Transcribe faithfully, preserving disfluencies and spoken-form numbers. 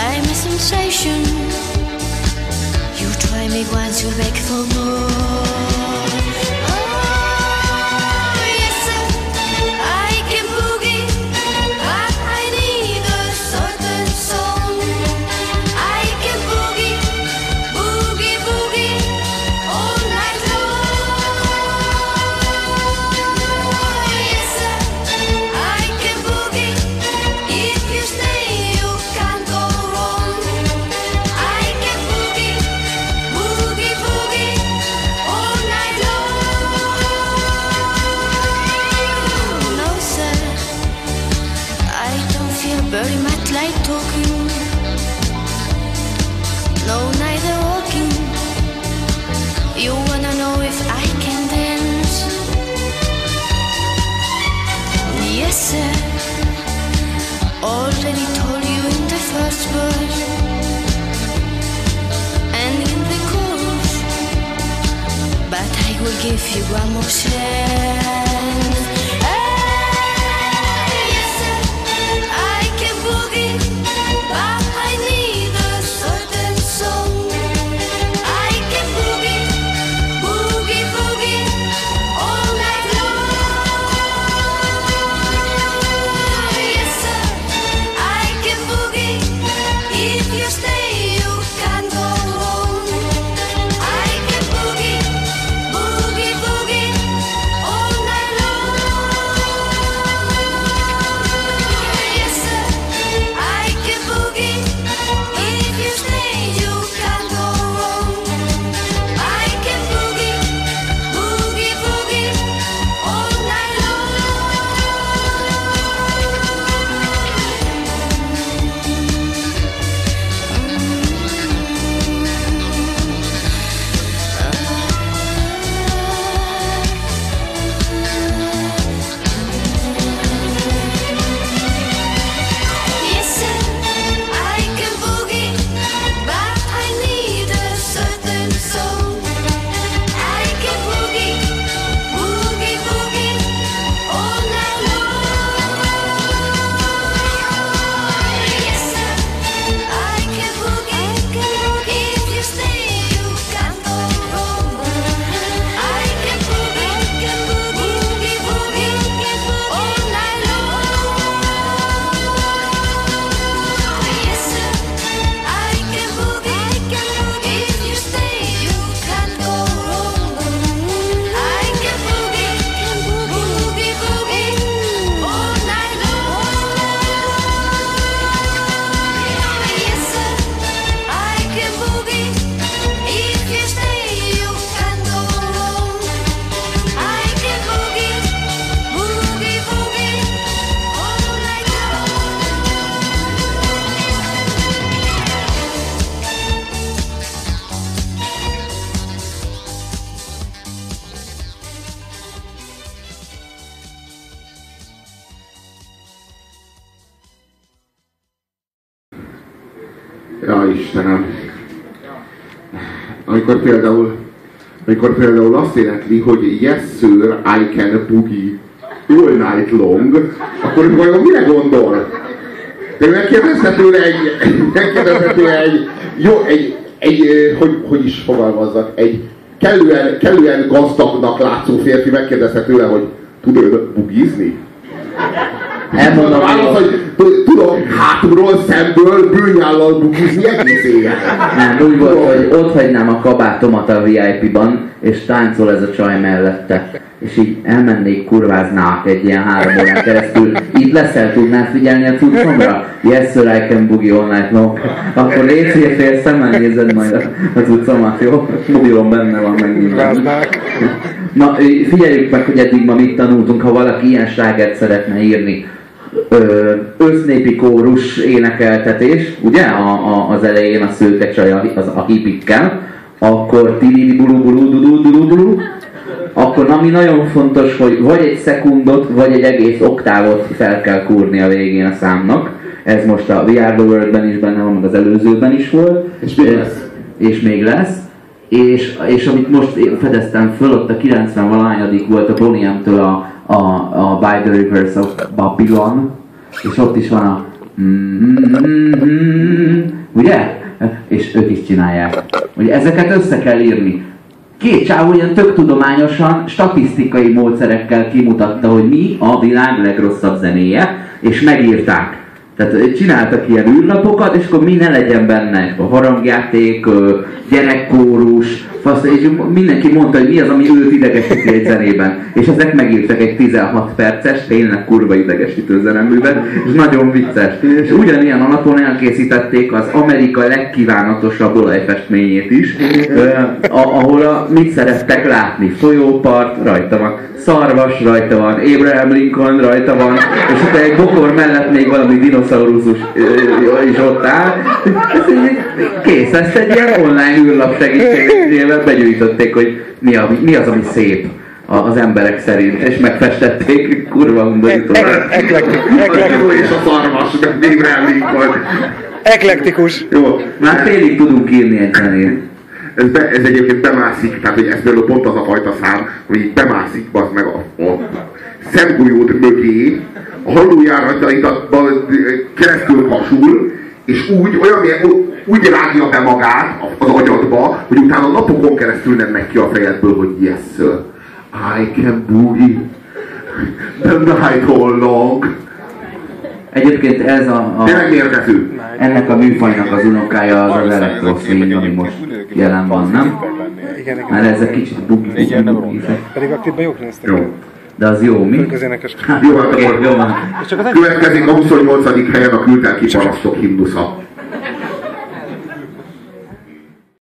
I'm a sensation. You try me once, you'll beg for more. Oh, yes sir, I can boogie, but I need a certain song. I can boogie, boogie, boogie all night long. Yes sir, I can boogie. If you stay, you can't go wrong. I can boogie, boogie, boogie all night long. No sir, I don't feel very much like talking. No, neither walking. You wanna know if I can dance? Yes sir, already told you in the first verse and in the chorus, but I will give you one more chance. Hey, yes sir, I can boogie, but I need a certain song. I can boogie, boogie, boogie all night long. Yes sir, I can boogie. If you stay, you can't go wrong. I can boogie, boogie, boogie all night long. Yes sir, I can boogie. If you stay, you can't go wrong. I can boogie, boogie, boogie all night Yes sir, I can boogie, but I need a certain song. I can boogie, boogie, boogie all night long. Yes sir, I can boogie. If you stay, you can't go wrong. I can boogie, boogie, boogie all night long. Yes sir, I can boogie. If you stay, you can't go wrong. I can boogie, boogie, boogie all night long. Yes sir, I can boogie. If you stay, you can't go wrong. I can boogie, boogie, boogie all night Ja, Istenem. Amikor például, amikor például azt énekli, hogy yes sir, I can boogie all night long, akkor vajon mire gondol? De megkérdezte tőle egy, megkérdezte tőle egy, jó, egy, egy, hogy, hogy is fogalmazzak, egy kellően, kellően gazdagnak látszó férfi megkérdezte tőle, hogy tud bugizni? Elmondom, Válasz, hogy tudom hátulról, szemből, bőnyállal bugizni egész éjjel. nem, úgy volt, hogy ott hagynám a kabátomat a vé i pé-ban, és táncol ez a csaj mellette. És így elmennék, kurváznák egy ilyen három órán keresztül. Itt leszel, tudnál figyelni a cuccomra? Yes sir, I can boogie all night long. Akkor légy fél szemmel nézed majd a, a cuccomat, jó? Mobilon benne van meg minden. Na, figyeljük meg, hogy eddig ma mit tanultunk, ha valaki ilyen slágert szeretne írni. Össznépi kórus énekeltetés, ugye, a, a, az elején a szőke csaj a, az, a hipikkel, akkor tilidi bulu bulu dulu dulu dulu, akkor ami nagyon fontos, hogy vagy egy szekundot, vagy egy egész oktávot fel kell kúrni a végén a számnak. Ez most a We Are The World-ben is benne van, meg az előzőben is volt. És még lesz. És még lesz. És, és amit most fedeztem föl, ott a kilencven-valahányadik volt a Boney M-től a, a, a By the Rivers of Babylon, és ott is van a mm-hmm, ugye? És ők is csinálják. Ugye ezeket össze kell írni. Két csávó ilyen tök tudományosan, statisztikai módszerekkel kimutatta, hogy mi a világ legrosszabb zenéje, és megírták. Tehát csináltak ilyen űrlapokat, és akkor mi ne legyen benne a harangjáték, gyerekkórus, és mindenki mondta, hogy mi az, ami őt idegesíti egy zenében. És ezek megírtak egy tizenhat perces, tényleg kurva idegesítő zeneművet, és nagyon vicces. És ugyanilyen alapon elkészítették az Amerika legkívánatosabb olajfestményét is, ahol a, mit szerettek látni. Folyópart, rajta van. Szarvas, rajta van. Abraham Lincoln, rajta van. És ott egy bokor mellett még valami dinoszauruszus is ott áll. Kész, ezt egy ilyen online űrlap segítségével begyűjtötték, hogy mi, a, mi az, ami szép az emberek szerint, és megfestették kurva undorítóra. És a szarvas, meg Abraham Lincoln. Eklektikus. Jó. Már félig tudunk írni egy zenét. Ez, be, ez egyébként bemászik, tehát hogy ez például pont az a fajta szám, hogy így bemászik az meg a, a szemgolyód mögé, a hallójárataitatban keresztül hasul, és úgy, olyan, úgy rágja be magát az agyadba, hogy utána napokon keresztül nem megy ki a fejedből, hogy yes sir, I can boogie the night all long. Egyébként ez a, a ennek a műfajnak az unokája az az elektroswing, ami most jelen van, nem? Igen, igen. Már ezek kicsit bugi, Pedig a klipben jók néztek. Jó. De az jó, mi? Az énekes. Jó, hát Oké, akkor jó van. következik a huszonnyolcadik helyen a küldtelki parasztok himnusza.